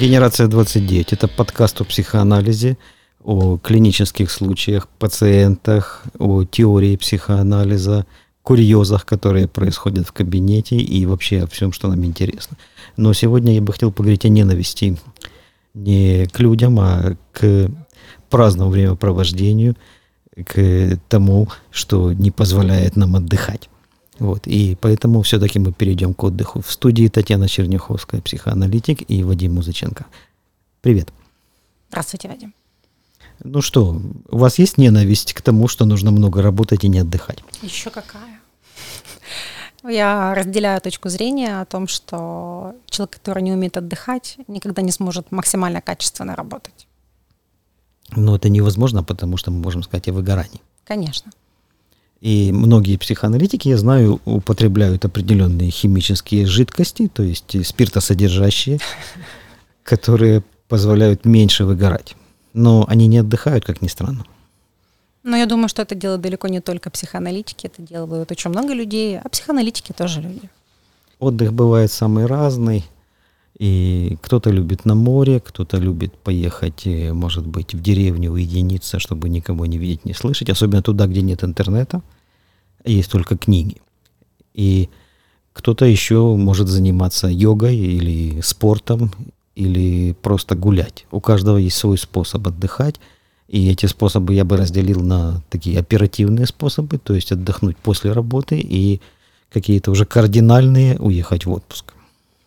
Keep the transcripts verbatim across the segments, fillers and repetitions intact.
Генерация двадцать девять – это подкаст о психоанализе, о клинических случаях, пациентах, о теории психоанализа, курьезах, которые происходят в кабинете и вообще о всем, что нам интересно. Но сегодня я бы хотел поговорить о ненависти не к людям, а к праздному времяпровождению, к тому, что не позволяет нам отдыхать. Вот. И поэтому все-таки мы перейдем к отдыху. В студии Татьяна Черняховская, психоаналитик, и Вадим Музыченко. Привет. Здравствуйте, Вадим. Ну что, у вас есть ненависть к тому, что нужно много работать и не отдыхать? Еще какая? Я разделяю точку зрения о том, что человек, который не умеет отдыхать, никогда не сможет максимально качественно работать. Но это невозможно, потому что мы можем сказать о выгорании. Конечно. И многие психоаналитики, я знаю, употребляют определенные химические жидкости, то есть спиртосодержащие, которые позволяют меньше выгорать. Но они не отдыхают, как ни странно. Но я думаю, что это делают далеко не только психоаналитики, это делают очень много людей, а психоаналитики тоже люди. Отдых бывает самый разный. И кто-то любит на море, кто-то любит поехать, может быть, в деревню, уединиться, чтобы никого не видеть, не слышать, особенно туда, где нет интернета, есть только книги. И кто-то еще может заниматься йогой или спортом, или просто гулять. У каждого есть свой способ отдыхать, и эти способы я бы разделил на такие оперативные способы, то есть отдохнуть после работы, и какие-то уже кардинальные уехать в отпуск.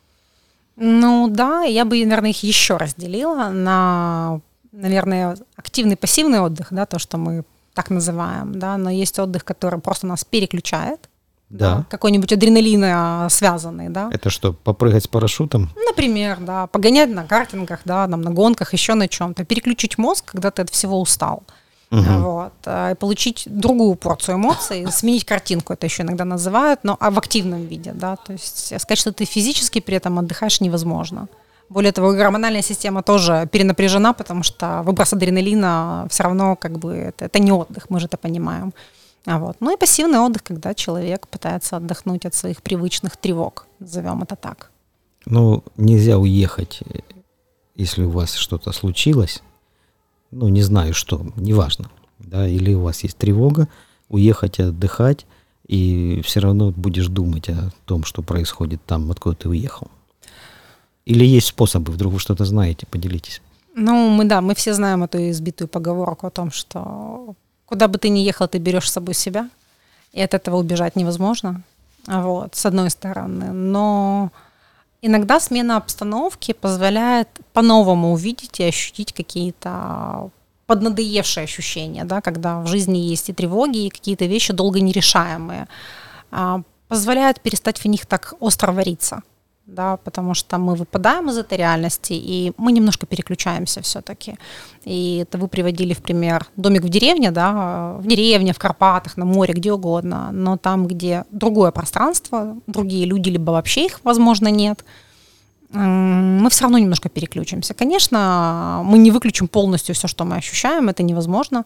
Ну да, я бы, наверное, их еще разделила на, наверное, активный пассивный отдых, да, то, что мы так называем, да, но есть отдых, который просто нас переключает, да. Да, какой-нибудь адреналин связанный, да. Это что, попрыгать с парашютом? Например, да, погонять на картингах, да, там, на гонках, еще на чем-то, переключить мозг, когда ты от всего устал. Угу. Вот, и получить другую порцию эмоций, сменить картинку, это еще иногда называют, но а в активном виде, да, то есть сказать, что ты физически при этом отдыхаешь, невозможно. Более того, гормональная система тоже перенапряжена, потому что выброс адреналина все равно как бы это, это не отдых, мы же это понимаем. Вот. Ну и пассивный отдых, когда человек пытается отдохнуть от своих привычных тревог, назовем это так. Ну, нельзя уехать, если у вас что-то случилось. Ну, не знаю что, неважно, да, или у вас есть тревога, уехать и отдыхать, и все равно будешь думать о том, что происходит там, откуда ты уехал. Или есть способы, вдруг вы что-то знаете, поделитесь. Ну, мы, да, мы все знаем эту избитую поговорку о том, что куда бы ты ни ехал, ты берешь с собой себя, и от этого убежать невозможно, вот, с одной стороны, но... Иногда смена обстановки позволяет по-новому увидеть и ощутить какие-то поднадоевшие ощущения, да, когда в жизни есть и тревоги, и какие-то вещи долго нерешаемые. Позволяет перестать в них так остро вариться, да, потому что мы выпадаем из этой реальности, и мы немножко переключаемся все-таки. И это вы приводили в пример домик в деревне, да, в деревне, в Карпатах, на море, где угодно, но там, где другое пространство, другие люди, либо вообще их, возможно, нет, мы все равно немножко переключимся. Конечно, мы не выключим полностью все, что мы ощущаем, это невозможно,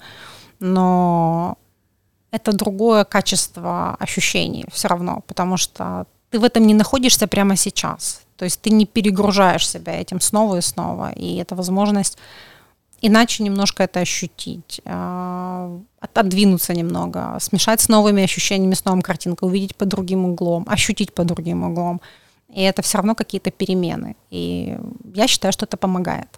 но это другое качество ощущений все равно, потому что ты в этом не находишься прямо сейчас. То есть ты не перегружаешь себя этим снова и снова. И это возможность иначе немножко это ощутить, отодвинуться немного, смешать с новыми ощущениями, с новой картинкой, увидеть под другим углом, ощутить под другим углом. И это все равно какие-то перемены. И я считаю, что это помогает.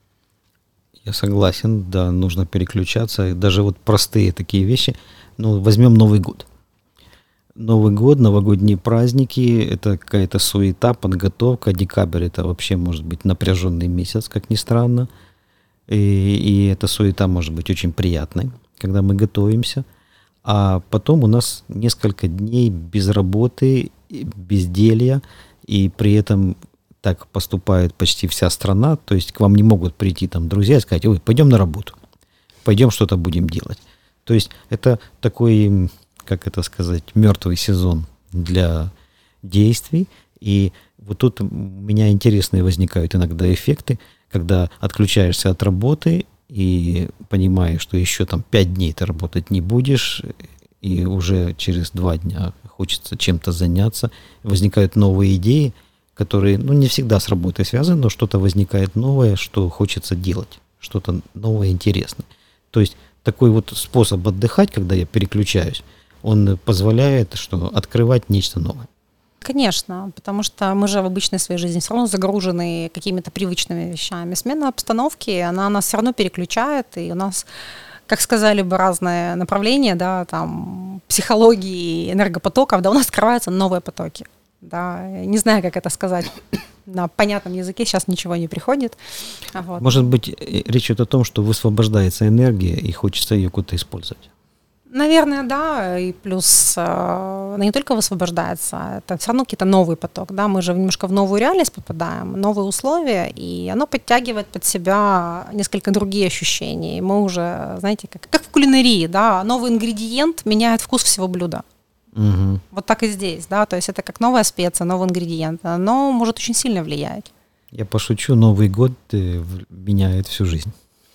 Я согласен, да, нужно переключаться. Даже вот простые такие вещи. Ну, возьмем Новый год. Новый год, новогодние праздники, это какая-то суета, подготовка. Декабрь — это вообще может быть напряженный месяц, как ни странно. И, и эта суета может быть очень приятной, когда мы готовимся. А потом у нас несколько дней без работы, безделья, и при этом так поступает почти вся страна. То есть к вам не могут прийти там друзья и сказать: ой, пойдем на работу, пойдем что-то будем делать. То есть это такой... как это сказать, мертвый сезон для действий. И вот тут у меня интересные возникают иногда эффекты, когда отключаешься от работы и понимаешь, что еще там пять дней ты работать не будешь, и уже через два дня хочется чем-то заняться, возникают новые идеи, которые, ну, не всегда с работой связаны, но что-то возникает новое, что хочется делать, что-то новое, интересное. То есть такой вот способ отдыхать, когда я переключаюсь, он позволяет, что открывать нечто новое. Конечно, потому что мы же в обычной своей жизни все равно загружены какими-то привычными вещами. Смена обстановки, она нас все равно переключает, и у нас, как сказали бы, разные направления, да, там, психологии, энергопотоков, да, у нас открываются новые потоки. Да. Не знаю, как это сказать на понятном языке, сейчас ничего не приходит. Вот. Может быть, речь идет о том, что высвобождается энергия, и хочется ее куда-то использовать. Наверное, да, и плюс она не только высвобождается, это все равно какой-то новый поток, да, мы же немножко в новую реальность попадаем, новые условия, и оно подтягивает под себя несколько другие ощущения, и мы уже, знаете, как, как в кулинарии, да, новый ингредиент меняет вкус всего блюда. Угу. Вот так и здесь, да, то есть это как новая специя, новый ингредиент, оно может очень сильно влиять. Я пошучу, Новый год меняет всю жизнь.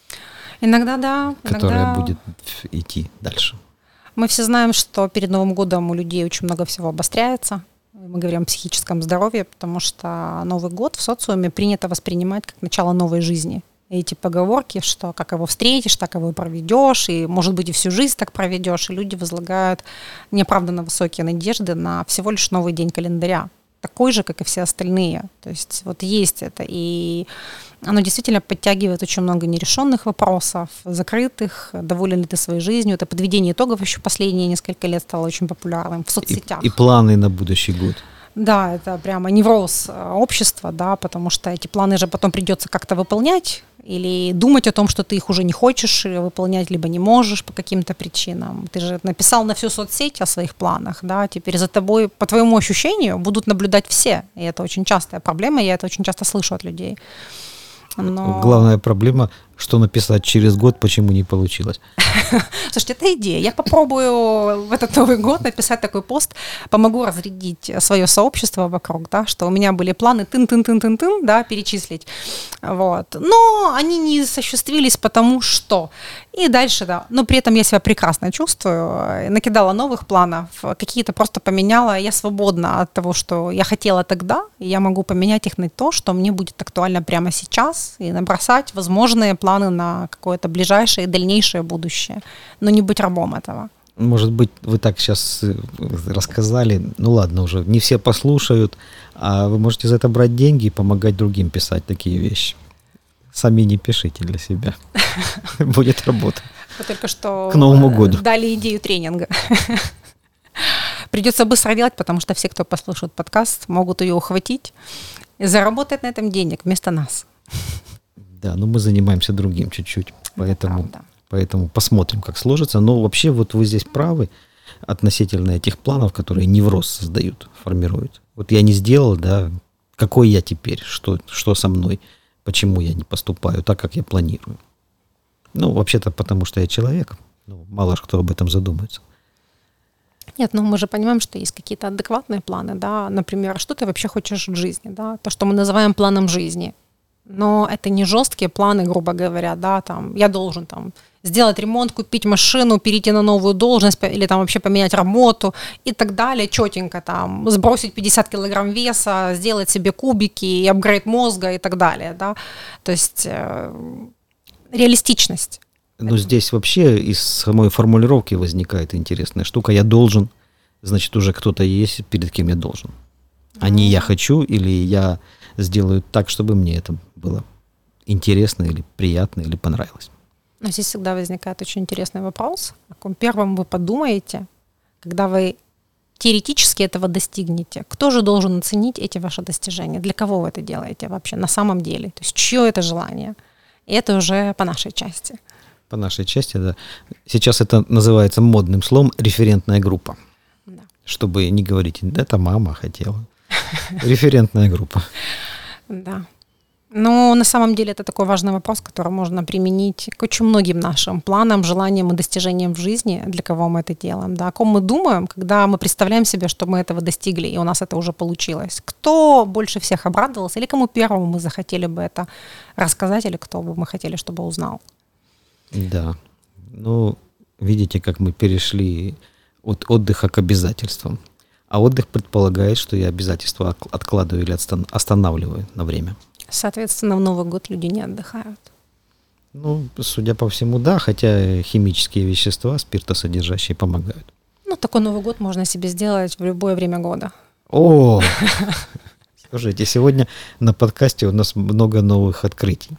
Иногда да. Которая иногда... будет идти дальше. Мы все знаем, что перед Новым годом у людей очень много всего обостряется. Мы говорим о психическом здоровье, потому что Новый год в социуме принято воспринимать как начало новой жизни. И эти поговорки, что как его встретишь, так его и проведешь, и, может быть, и всю жизнь так проведешь, и люди возлагают неоправданно высокие надежды на всего лишь новый день календаря, такой же, как и все остальные. То есть вот есть это, и оно действительно подтягивает очень много нерешенных вопросов, закрытых, доволен ли ты своей жизнью. Это подведение итогов еще последние несколько лет стало очень популярным в соцсетях. И, и планы на будущий год. Да, это прямо невроз общества, да, потому что эти планы же потом придется как-то выполнять или думать о том, что ты их уже не хочешь выполнять, либо не можешь по каким-то причинам. Ты же написал на всю соцсеть о своих планах, да, теперь за тобой, по твоему ощущению, будут наблюдать все. И это очень частая проблема, я это очень часто слышу от людей. Но... Главная проблема, что написать через год, почему не получилось. Слушайте, это идея. Я попробую в этот Новый год написать такой пост, помогу разрядить свое сообщество вокруг, да, что у меня были планы тын-тын-тын-тын-тын, да, перечислить. Вот. Но они не осуществились, потому что... И дальше, да. Но при этом я себя прекрасно чувствую. Накидала новых планов, какие-то просто поменяла. Я свободна от того, что я хотела тогда, и я могу поменять их на то, что мне будет актуально прямо сейчас, и набросать возможные планы на какое-то ближайшее и дальнейшее будущее. Но не быть рабом этого. Может быть, вы так сейчас рассказали, ну ладно уже, не все послушают, а вы можете за это брать деньги и помогать другим писать такие вещи. Сами не пишите для себя. Будет работа. Вы только что к Новому году дали идею тренинга. Придется быстро делать, потому что все, кто послушает подкаст, могут ее ухватить и заработать на этом денег вместо нас. Да, но мы занимаемся другим чуть-чуть, поэтому, поэтому посмотрим, как сложится. Но вообще вот вы здесь правы относительно этих планов, которые невроз создают, формируют. Вот я не сделал, да, какой я теперь, что, что со мной, почему я не поступаю так, как я планирую. Ну, вообще-то потому, что я человек. Ну, мало кто об этом задумается. Нет, ну мы же понимаем, что есть какие-то адекватные планы, да, например, что ты вообще хочешь в жизни, да, то, что мы называем планом жизни. Но это не жесткие планы, грубо говоря, да, там, я должен там сделать ремонт, купить машину, перейти на новую должность или там вообще поменять работу и так далее, четенько там, сбросить пятьдесят килограмм веса, сделать себе кубики и апгрейд мозга и так далее, да, то есть э, реалистичность. Но это... здесь вообще из самой формулировки возникает интересная штука, я должен, значит уже кто-то есть, перед кем я должен, а не я хочу или я сделаю так, чтобы мне это было интересно или приятно, или понравилось. Но здесь всегда возникает очень интересный вопрос, о ком первым вы подумаете, когда вы теоретически этого достигнете. Кто же должен оценить эти ваши достижения? Для кого вы это делаете вообще на самом деле? То есть чье это желание? И это уже по нашей части. По нашей части, да. Сейчас это называется модным словом референтная группа. Да. Чтобы не говорить, да, это мама хотела. Референтная группа. Да. Но на самом деле это такой важный вопрос, который можно применить к очень многим нашим планам, желаниям и достижениям в жизни, для кого мы это делаем. Да? О ком мы думаем, когда мы представляем себе, что мы этого достигли, и у нас это уже получилось. Кто больше всех обрадовался, или кому первому мы захотели бы это рассказать, или кто бы мы хотели, чтобы узнал. Да. Ну, видите, как мы перешли от отдыха к обязательствам. А отдых предполагает, что я обязательства откладываю или останавливаю на время. Соответственно, в Новый год люди не отдыхают. Ну, судя по всему, да, хотя химические вещества, спиртосодержащие, помогают. Ну, такой Новый год можно себе сделать в любое время года. О, слушайте, сегодня на подкасте у нас много новых открытий.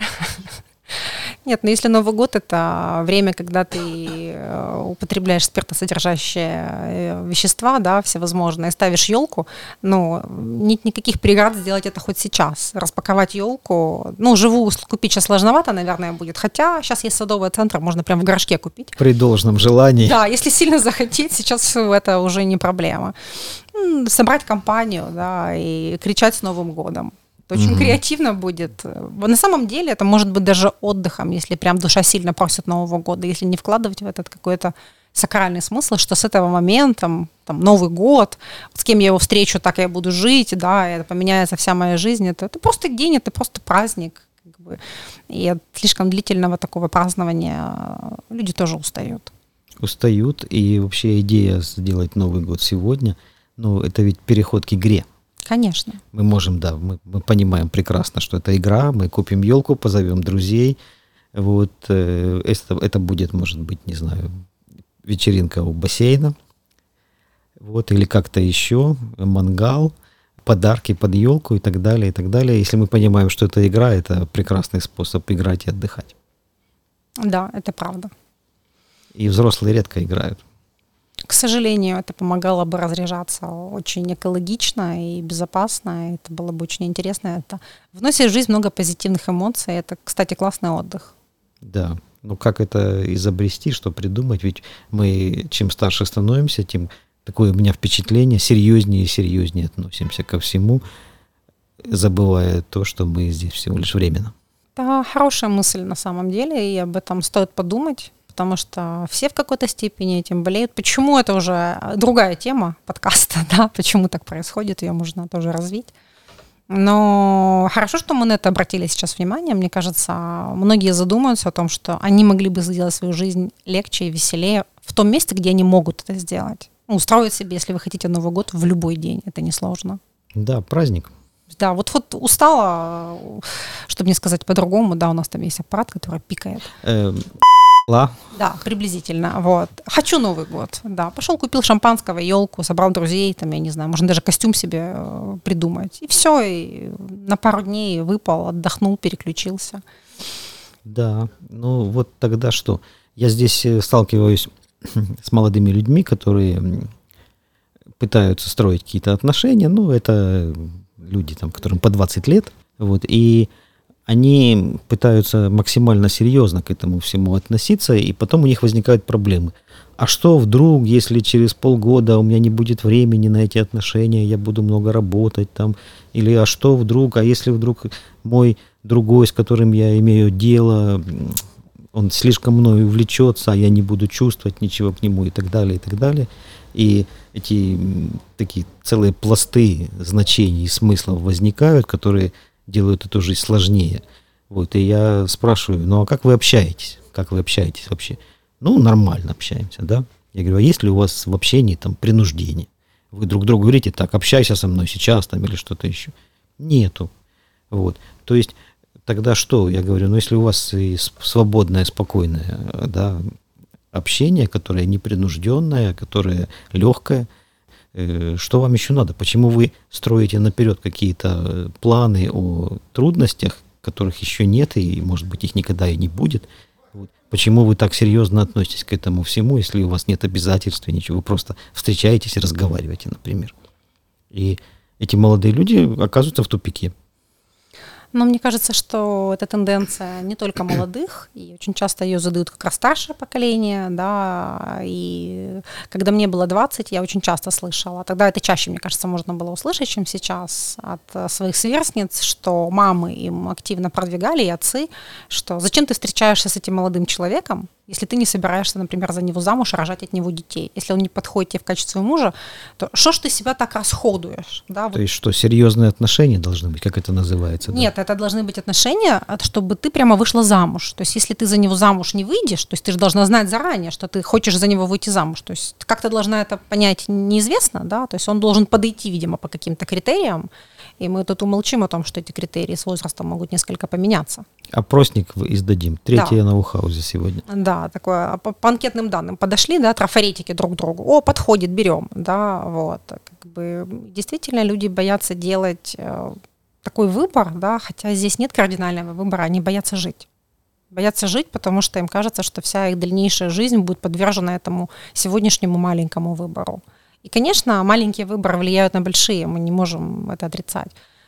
Нет, но если Новый год — это время, когда ты употребляешь спиртосодержащие вещества, да, всевозможные, ставишь елку, ну, нет никаких преград сделать это хоть сейчас. Распаковать елку, ну, живую купить сейчас сложновато, наверное, будет, хотя сейчас есть садовые центры, можно прям в горшке купить. При должном желании. Да, если сильно захотеть, сейчас это уже не проблема. Собрать компанию, да, и кричать с Новым годом. Очень угу. креативно будет. На самом деле это может быть даже отдыхом, если прям душа сильно просит Нового года, если не вкладывать в этот какой-то сакральный смысл, что с этого момента, там, Новый год, с кем я его встречу, так я буду жить, да, это поменяется вся моя жизнь. Это, это просто день, это просто праздник. Как бы. И от слишком длительного такого празднования люди тоже устают. Устают, и вообще идея сделать Новый год сегодня, ну, это ведь переход к игре. Конечно. Мы можем, да, мы, мы понимаем прекрасно, что это игра, мы купим елку, позовем друзей, вот, э, это, это будет, может быть, не знаю, вечеринка у бассейна, вот, или как-то еще, мангал, подарки под елку и так далее, и так далее. Если мы понимаем, что это игра, это прекрасный способ играть и отдыхать. Да, это правда. И взрослые редко играют. К сожалению, это помогало бы разряжаться очень экологично и безопасно. Это было бы очень интересно. Это вносит в жизнь много позитивных эмоций. Это, кстати, классный отдых. Да. Ну как это изобрести, что придумать? Ведь мы, чем старше становимся, тем такое у меня впечатление, серьезнее и серьезнее относимся ко всему, забывая то, что мы здесь всего лишь временно. Это хорошая мысль на самом деле, и об этом стоит подумать. Потому что все в какой-то степени этим болеют. Почему это уже другая тема подкаста, да, почему так происходит, ее можно тоже развить. Но хорошо, что мы на это обратили сейчас внимание. Мне кажется, многие задумаются о том, что они могли бы сделать свою жизнь легче и веселее в том месте, где они могут это сделать. Устроить себе, если вы хотите Новый год, в любой день. Это несложно. Да, праздник. Да, вот, вот устала, чтобы не сказать по-другому, да, у нас там есть аппарат, который пикает. Да, приблизительно. Вот. Хочу Новый год. Да, пошел, купил шампанского, елку, собрал друзей, там, я не знаю, можно даже костюм себе э, придумать. И все, и на пару дней выпал, отдохнул, переключился. Да, ну вот тогда что? Я здесь сталкиваюсь с молодыми людьми, которые пытаются строить какие-то отношения. Ну, это люди, там, которым по двадцать лет. Вот, и они пытаются максимально серьезно к этому всему относиться, и потом у них возникают проблемы. А что вдруг, если через полгода у меня не будет времени на эти отношения, я буду много работать там, или а что вдруг, а если вдруг мой другой, с которым я имею дело, он слишком мною увлечется, а я не буду чувствовать ничего к нему и так далее, и так далее. И эти такие целые пласты значений и смыслов возникают, которые делают эту жизнь сложнее. Вот, и я спрашиваю, ну а как вы общаетесь? Как вы общаетесь вообще? Ну, нормально общаемся, да? Я говорю, а есть ли у вас в общении там принуждение? Вы друг другу говорите, так, общайся со мной сейчас там или что-то еще? Нету. Вот, то есть тогда что? Я говорю, ну если у вас и свободное, спокойное, да, общение, которое непринужденное, которое легкое, что вам еще надо? Почему вы строите наперед какие-то планы о трудностях, которых еще нет, и, может быть, их никогда и не будет? Вот. Почему вы так серьезно относитесь к этому всему, если у вас нет обязательств и ничего? Вы просто встречаетесь и разговариваете, например. И эти молодые люди оказываются в тупике. Но мне кажется, что эта тенденция не только молодых, и очень часто ее задают как раз старшее поколение, да, и когда мне было двадцать, я очень часто слышала, тогда это чаще, мне кажется, можно было услышать, чем сейчас, от своих сверстниц, что мамы им активно продвигали, и отцы, что зачем ты встречаешься с этим молодым человеком, Если ты не собираешься, например, за него замуж, рожать от него детей, если он не подходит тебе в качестве мужа, то что ж ты себя так расходуешь? Да? То Вот. есть что, серьезные отношения должны быть, как это называется? Нет, да? это должны быть отношения, чтобы ты прямо вышла замуж. То есть если ты за него замуж не выйдешь, то есть ты же должна знать заранее, что ты хочешь за него выйти замуж. То есть как ты должна это понять, неизвестно, да? То есть он должен подойти, видимо, по каким-то критериям, и мы тут умолчим о том, что эти критерии с возрастом могут несколько поменяться. Опросник издадим. Третье Да. ноу-хаузе сегодня. Да, такое по, по анкетным данным подошли, да, трафаретики друг к другу. О, подходит, берем, да, вот. Как бы действительно люди боятся делать э, такой выбор, да, хотя здесь нет кардинального выбора, они боятся жить. Боятся жить, потому что им кажется, что вся их дальнейшая жизнь будет подвержена этому сегодняшнему маленькому выбору. И, конечно, маленькие выборы влияют на большие, мы не можем это отрицать.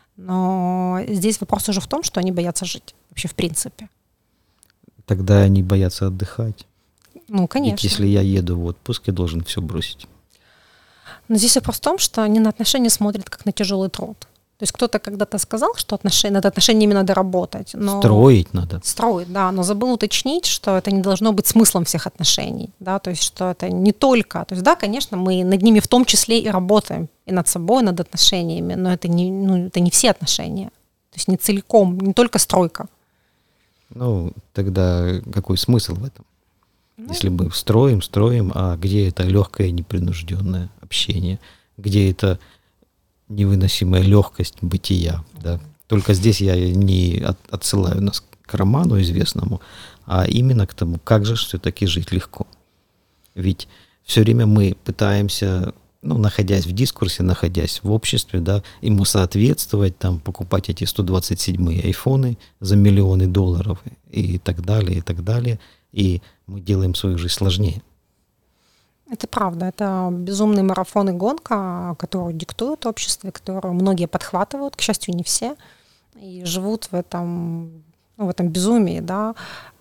Но здесь вопрос уже в том, что они боятся жить вообще в принципе. Тогда они боятся отдыхать. Ну, конечно. Ведь если я еду в отпуск, я должен все бросить. Но здесь вопрос в том, что они на отношения смотрят как на тяжелый труд. То есть кто-то когда-то сказал, что отношения, над отношениями надо работать. Но Строить надо. Строить, да, но забыл уточнить, что это не должно быть смыслом всех отношений, да, то есть что это не только, то есть да, конечно, мы над ними в том числе и работаем, и над собой, и над отношениями, но это не, ну, это не все отношения, то есть не целиком, не только стройка. Ну, тогда какой смысл в этом? Ну, если мы строим, строим, а где это легкое, непринужденное общение, где это невыносимая легкость бытия, да. Только здесь я не от, отсылаю нас к роману известному, а именно к тому, как же все-таки жить легко. Ведь все время мы пытаемся, ну, находясь в дискурсе, находясь в обществе, да, ему соответствовать, там, покупать эти сто двадцать седьмые айфоны за миллионы долларов и так далее, и так далее, и мы делаем свою жизнь сложнее. Это правда, это безумный марафон и гонка, которую диктует общество, которую многие подхватывают, к счастью, не все, и живут в этом, ну, в этом безумии, да,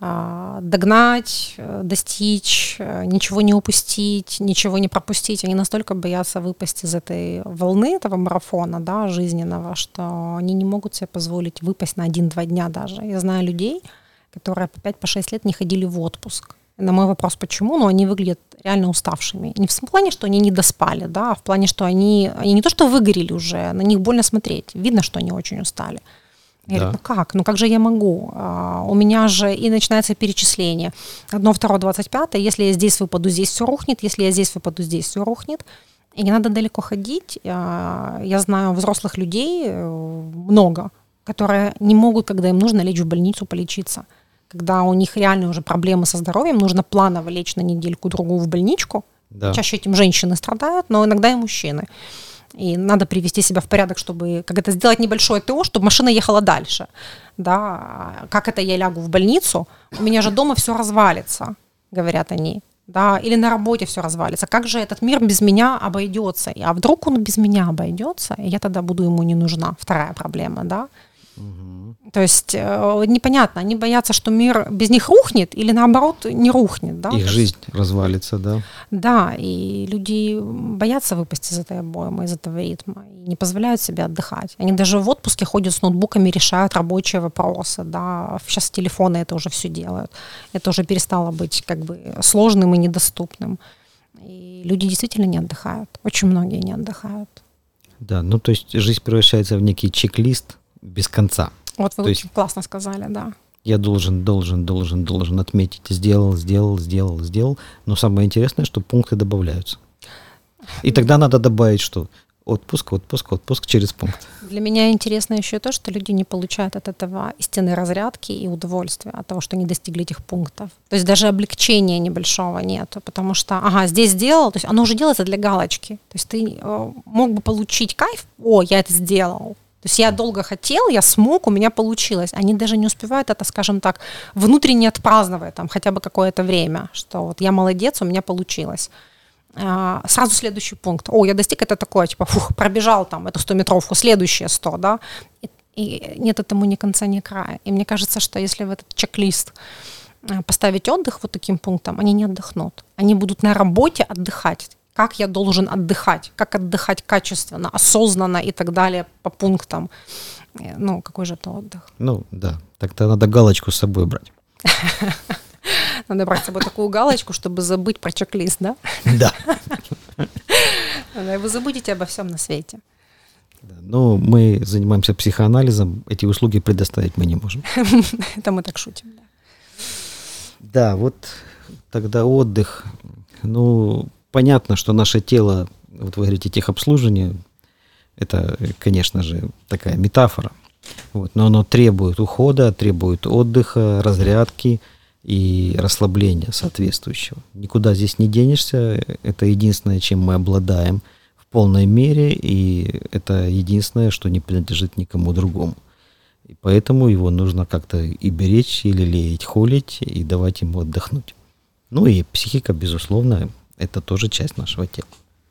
догнать, достичь, ничего не упустить, ничего не пропустить. Они настолько боятся выпасть из этой волны, этого марафона, да, жизненного, что они не могут себе позволить выпасть на один-два дня даже. Я знаю людей, которые по пять-шесть лет не ходили в отпуск. На мой вопрос, почему, но они выглядят реально уставшими. Не в плане, что они не доспали, да, а в плане, что они, они не то что выгорели уже, на них больно смотреть. Видно, что они очень устали. Я Да. говорю, ну как? Ну как же я могу? А, у меня же и начинается перечисление. Одно, второе, двадцать пятое. Если я здесь выпаду, здесь все рухнет. Если я здесь выпаду, здесь все рухнет. И не надо далеко ходить. А, я знаю взрослых людей, много, которые не могут, когда им нужно, лечь в больницу полечиться. Когда у них реально уже проблемы со здоровьем, нужно планово лечь на недельку-другую в больничку. Да. Чаще этим женщины страдают, но иногда и мужчины. И надо привести себя в порядок, чтобы, как это, сделать небольшое ТО, чтобы машина ехала дальше. Да? Как это я лягу в больницу? У меня же дома все развалится, говорят они. Да? Или на работе все развалится. Как же этот мир без меня обойдется? А вдруг он без меня обойдется, и я тогда буду ему не нужна? Вторая проблема, да? Угу. То есть э, непонятно, они боятся, что мир без них рухнет или наоборот не рухнет. Да? Их жизнь развалится, да. Да, и люди боятся выпасть из этой обоймы, из этого ритма, и не позволяют себе отдыхать. Они даже в отпуске ходят с ноутбуками, решают рабочие вопросы. Да? Сейчас телефоны это уже все делают. Это уже перестало быть как бы сложным и недоступным. И люди действительно не отдыхают. Очень многие не отдыхают. Да, ну то есть жизнь превращается в некий чек-лист без конца. Вот вы То очень классно сказали, да. Я должен, должен, должен, должен отметить, сделал, сделал, сделал, сделал. Но самое интересное, что пункты добавляются. И тогда надо добавить, что отпуск, отпуск, отпуск через пункт. Для меня интересно еще то, что люди не получают от этого истинной разрядки и удовольствия от того, что не достигли этих пунктов. То есть даже облегчения небольшого нету, потому что, ага, здесь сделал, то есть оно уже делается для галочки. То есть ты э, мог бы получить кайф, о, я это сделал. То есть я долго хотел, я смог, у меня получилось. Они даже не успевают это, скажем так, внутренне отпраздновать там хотя бы какое-то время, что вот я молодец, у меня получилось. А, сразу следующий пункт. О, я достиг, это такое, типа, фух, пробежал там эту стометровку, следующие сто, да. И, и нет этому ни конца, ни края. И мне кажется, что если в этот чек-лист поставить отдых вот таким пунктом, они не отдохнут. Они будут на работе отдыхать. Как я должен отдыхать, как отдыхать качественно, осознанно и так далее по пунктам. Ну, какой же это отдых? Ну, да, так-то надо галочку с собой брать. Надо брать с собой такую галочку, чтобы забыть про чек-лист, да? Да. Вы забудете обо всем на свете. Да, но мы занимаемся психоанализом, эти услуги предоставить мы не можем. Это мы так шутим, да. Да, вот тогда отдых. Ну, понятно, что наше тело, вот вы говорите, техобслуживание, это, конечно же, такая метафора, вот, но оно требует ухода, требует отдыха, разрядки и расслабления соответствующего. Никуда здесь не денешься, это единственное, чем мы обладаем в полной мере, и это единственное, что не принадлежит никому другому. И поэтому его нужно как-то и беречь, и лелеять, холить, и давать ему отдохнуть. Ну и психика, безусловно, это тоже часть нашего тела.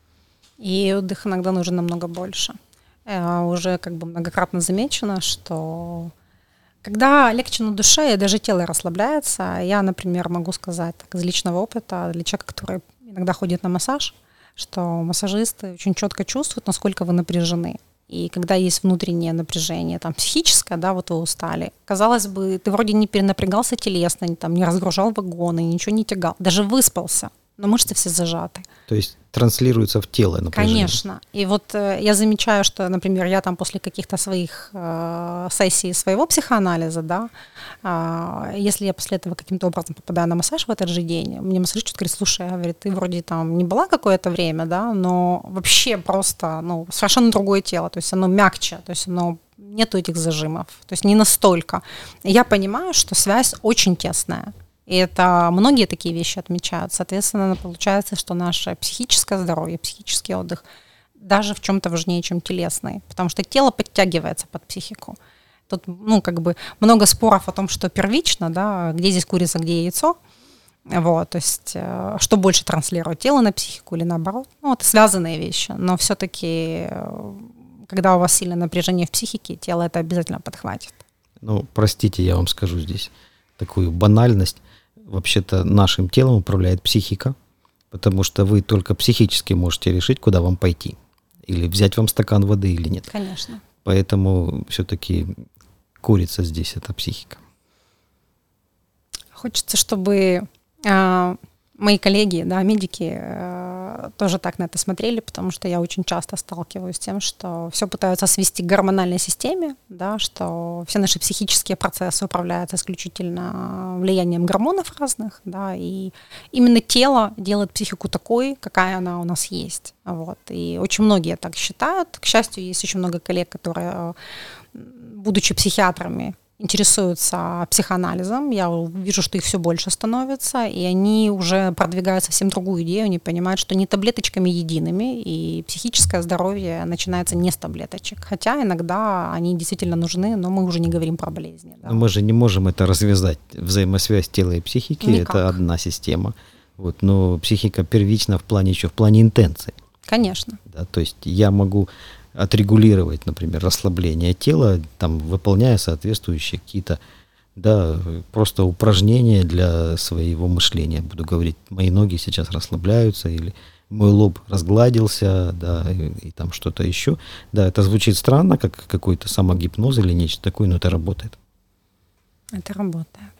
И отдых иногда нужен намного больше. Уже как бы многократно замечено, что когда легче на душе, и даже тело расслабляется, я, например, могу сказать так, из личного опыта, для человека, который иногда ходит на массаж, что массажисты очень четко чувствуют, насколько вы напряжены. И когда есть внутреннее напряжение, там, психическое, да, вот вы устали, казалось бы, ты вроде не перенапрягался телесно, там, не разгружал вагоны, ничего не тягал, даже выспался, но мышцы все зажаты. То есть транслируется в тело напряжение. Конечно. И вот э, я замечаю, что, например, я там после каких-то своих э, сессий своего психоанализа, да, э, если я после этого каким-то образом попадаю на массаж в этот же день, мне массажист говорит: слушай, говорит, ты вроде там не была какое-то время, да, но вообще просто, ну, совершенно другое тело, то есть оно мягче, то есть оно нету этих зажимов, то есть не настолько. И я понимаю, что связь очень тесная. И это многие такие вещи отмечают. Соответственно, получается, что наше психическое здоровье, психический отдых даже в чем-то важнее, чем телесный, потому что тело подтягивается под психику. Тут, ну, как бы много споров о том, что первично, да, где здесь курица, где яйцо. Вот, то есть, что больше транслирует, тело на психику или наоборот. Ну, это связанные вещи, но все-таки, когда у вас сильное напряжение в психике, тело это обязательно подхватит. Ну, простите, я вам скажу здесь такую банальность. Вообще-то нашим телом управляет психика, потому что вы только психически можете решить, куда вам пойти. Или взять вам стакан воды или нет. Конечно. Поэтому все-таки курица здесь – это психика. Хочется, чтобы э, мои коллеги, да, медики, э, тоже так на это смотрели, потому что я очень часто сталкиваюсь с тем, что все пытаются свести к гормональной системе, да, что все наши психические процессы управляются исключительно влиянием гормонов разных, да, и именно тело делает психику такой, какая она у нас есть. Вот. И очень многие так считают. К счастью, есть очень много коллег, которые, будучи психиатрами, интересуются психоанализом, я вижу, что их все больше становится, и они уже продвигают совсем другую идею, они понимают, что не таблеточками едиными, и психическое здоровье начинается не с таблеточек, хотя иногда они действительно нужны, но мы уже не говорим про болезни. Да. Но мы же не можем это развязать, взаимосвязь тела и психики, Никак. Это одна система, вот, но психика первична в плане еще, в плане интенции. Конечно. Да, то есть я могу отрегулировать, например, расслабление тела, там, выполняя соответствующие какие-то, да, просто упражнения для своего мышления. Буду говорить, мои ноги сейчас расслабляются, или мой лоб разгладился, да, и, и там что-то еще. Да, это звучит странно, как какой-то самогипноз или нечто такое, но это работает. Это работает.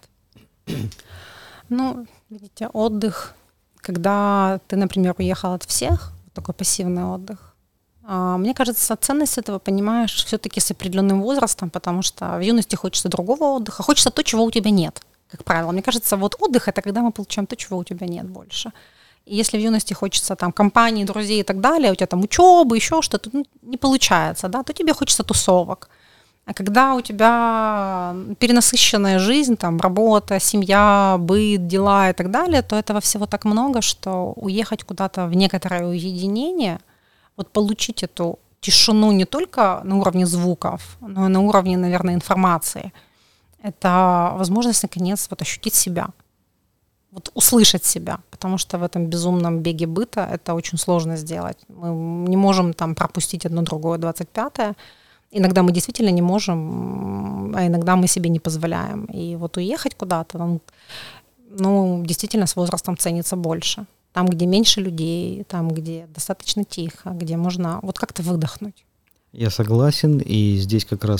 Ну, видите, отдых, когда ты, например, уехал от всех, такой пассивный отдых, мне кажется, ценность этого понимаешь все-таки с определенным возрастом, потому что в юности хочется другого отдыха, хочется то, чего у тебя нет, как правило. Мне кажется, вот отдых – это когда мы получаем то, чего у тебя нет больше. И если в юности хочется там компании, друзей и так далее, у тебя там учебы, еще что-то, ну, не получается, да, то тебе хочется тусовок. А когда у тебя перенасыщенная жизнь, там, работа, семья, быт, дела и так далее, то этого всего так много, что уехать куда-то в некоторое уединение – вот получить эту тишину не только на уровне звуков, но и на уровне, наверное, информации. Это возможность, наконец, вот ощутить себя, вот услышать себя, потому что в этом безумном беге быта это очень сложно сделать. Мы не можем там пропустить одно другое, двадцать пятое. Иногда мы действительно не можем, а иногда мы себе не позволяем. И вот уехать куда-то, ну, ну действительно, с возрастом ценится больше. Там, где меньше людей, там, где достаточно тихо, где можно вот как-то выдохнуть. Я согласен, и здесь как раз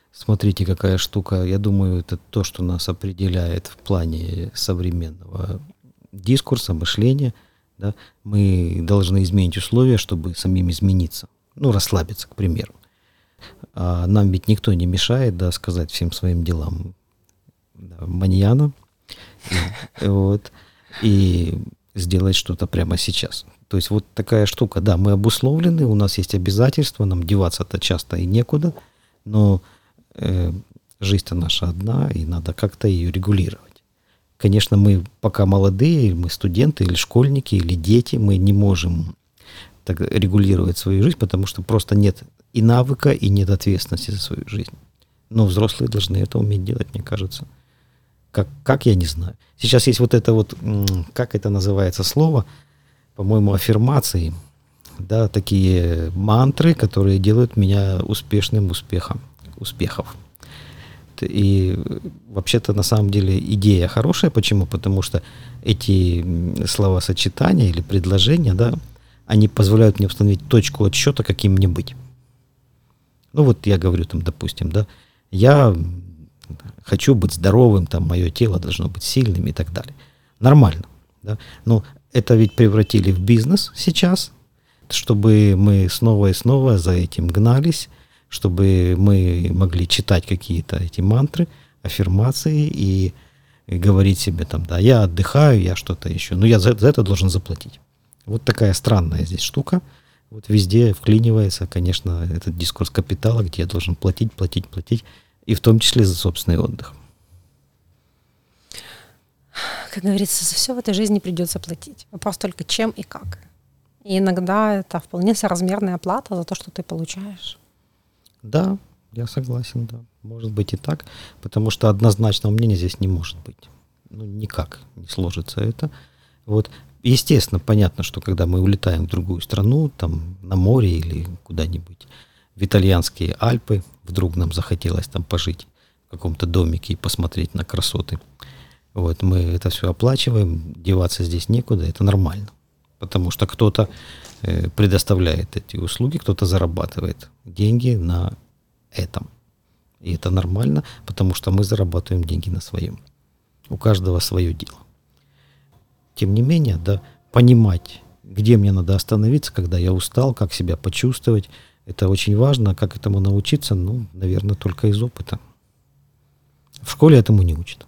смотрите, какая штука. Я думаю, это то, что нас определяет в плане современного дискурса, мышления. Да? Мы должны изменить условия, чтобы самим измениться. Ну, расслабиться, к примеру. А нам ведь никто не мешает, да, сказать всем своим делам да, маньяна. И, вот, и сделать что-то прямо сейчас. То есть вот такая штука. Да, мы обусловлены, у нас есть обязательства, нам деваться-то часто и некуда, но э, жизнь-то наша одна, и надо как-то ее регулировать. Конечно, мы пока молодые, мы студенты или школьники, или дети, мы не можем так регулировать свою жизнь, потому что просто нет и навыка, и нет ответственности за свою жизнь. Но взрослые должны это уметь делать, мне кажется. Как, как я не знаю. Сейчас есть вот это вот, как это называется слово, по-моему, аффирмации, да, такие мантры, которые делают меня успешным успехом, успехов. И вообще-то на самом деле идея хорошая. Почему? Потому что эти словосочетания или предложения, да, они позволяют мне установить точку отсчета, каким мне быть. Ну вот я говорю там, допустим, да, я хочу быть здоровым, там мое тело должно быть сильным и так далее. Нормально, да. Но это ведь превратили в бизнес сейчас, чтобы мы снова и снова за этим гнались, чтобы мы могли читать какие-то эти мантры, аффирмации и, и говорить себе там, да, я отдыхаю, я что-то еще, но я за, за это должен заплатить. Вот такая странная здесь штука. Вот везде вклинивается, конечно, этот дискурс капитала, где я должен платить, платить, платить, и в том числе за собственный отдых. Как говорится, за все в этой жизни придется платить. Вопрос только чем и как. И иногда это вполне соразмерная плата за то, что ты получаешь. Да, я согласен, да. Может быть и так, потому что однозначного мнения здесь не может быть. Ну, никак не сложится это. Вот. Естественно, понятно, что когда мы улетаем в другую страну, там на море или куда-нибудь в итальянские Альпы, вдруг нам захотелось там пожить в каком-то домике и посмотреть на красоты. Вот, мы это все оплачиваем, деваться здесь некуда, это нормально. Потому что кто-то э, предоставляет эти услуги, кто-то зарабатывает деньги на этом. И это нормально, потому что мы зарабатываем деньги на своем. У каждого свое дело. Тем не менее, да, понимать, где мне надо остановиться, когда я устал, как себя почувствовать, это очень важно. Как этому научиться? Ну, наверное, только из опыта. В школе этому не учат.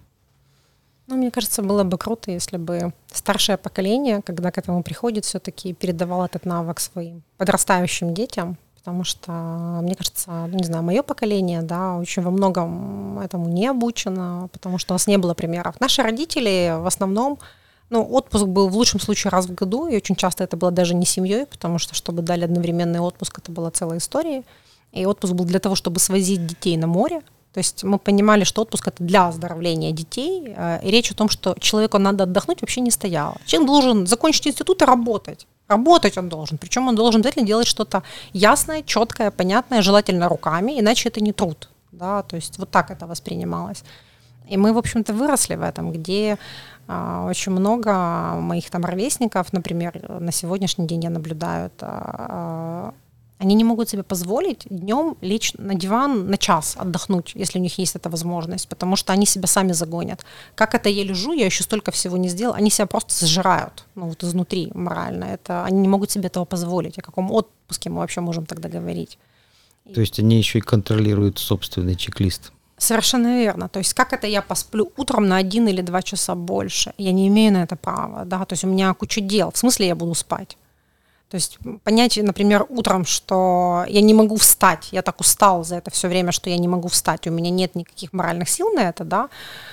Ну, мне кажется, было бы круто, если бы старшее поколение, когда к этому приходит, все-таки передавало этот навык своим подрастающим детям, потому что, мне кажется, ну, не знаю, мое поколение, да, очень во многом этому не обучено, потому что у нас не было примеров. Наши родители в основном, ну, отпуск был в лучшем случае раз в году, и очень часто это было даже не семьей, потому что, чтобы дали одновременный отпуск, это была целая история. И отпуск был для того, чтобы свозить детей на море. То есть мы понимали, что отпуск – это для оздоровления детей, и речь о том, что человеку надо отдохнуть, вообще не стояла. Человек должен закончить институт и работать. Работать он должен, причем он должен обязательно делать что-то ясное, четкое, понятное, желательно руками, иначе это не труд. Да? То есть вот так это воспринималось. И мы, в общем-то, выросли в этом, где а, очень много моих там ровесников, например, на сегодняшний день я наблюдаю, а, а, они не могут себе позволить днем лечь на диван на час отдохнуть, если у них есть эта возможность, потому что они себя сами загонят. Как это я лежу, я еще столько всего не сделала, они себя просто сжирают, ну вот изнутри морально. Это, они не могут себе этого позволить. О каком отпуске мы вообще можем тогда говорить? То есть они еще и контролируют собственный чек-лист. Совершенно верно. То есть как это я посплю утром на один или два часа больше? Я не имею на это права. Да? То есть у меня куча дел. В смысле я буду спать? То есть понять, например, утром, что я не могу встать, я так устал за это все время, что я не могу встать, у меня нет никаких моральных сил на это, да,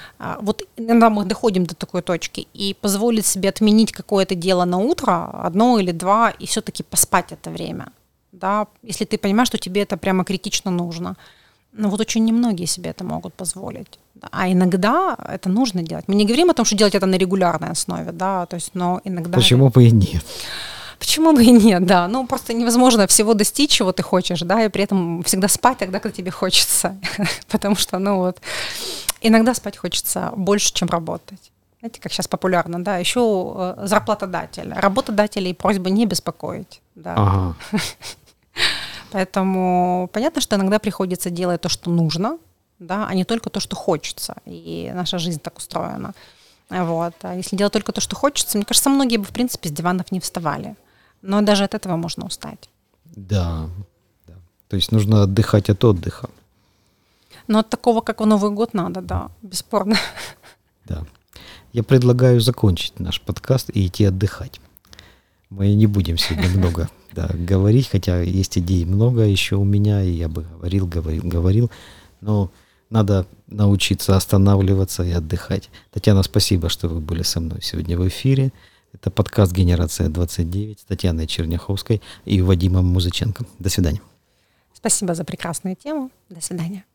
вот иногда мы доходим до такой точки, и позволить себе отменить какое-то дело на утро, одно или два, и все-таки поспать это время, да, если ты понимаешь, что тебе это прямо критично нужно. Но вот очень немногие себе это могут позволить. А иногда это нужно делать. Мы не говорим о том, что делать это на регулярной основе, да, то есть, но иногда... Почему это... бы и нет? Почему бы и нет, да. Ну, просто невозможно всего достичь, чего ты хочешь, да, и при этом всегда спать тогда, когда тебе хочется. Потому что, ну вот, иногда спать хочется больше, чем работать. Знаете, как сейчас популярно, да, еще зарплатодатель. Работодателей просьба не беспокоить, да. Ага. Поэтому понятно, что иногда приходится делать то, что нужно, да, а не только то, что хочется. И наша жизнь так устроена. Вот. А если делать только то, что хочется, мне кажется, многие бы, в принципе, с диванов не вставали. Но даже от этого можно устать. Да, да. То есть нужно отдыхать от отдыха. Но от такого, как в Новый год, надо, да, бесспорно. Да. Я предлагаю закончить наш подкаст и идти отдыхать. Мы не будем сегодня много да, говорить, хотя есть идей много еще у меня, и я бы говорил, говорил, говорил, но надо научиться останавливаться и отдыхать. Татьяна, спасибо, что вы были со мной сегодня в эфире. Это подкаст «Генерация двадцать девять» с Татьяной Черняховской и Вадимом Музыченко. До свидания. Спасибо за прекрасную тему. До свидания.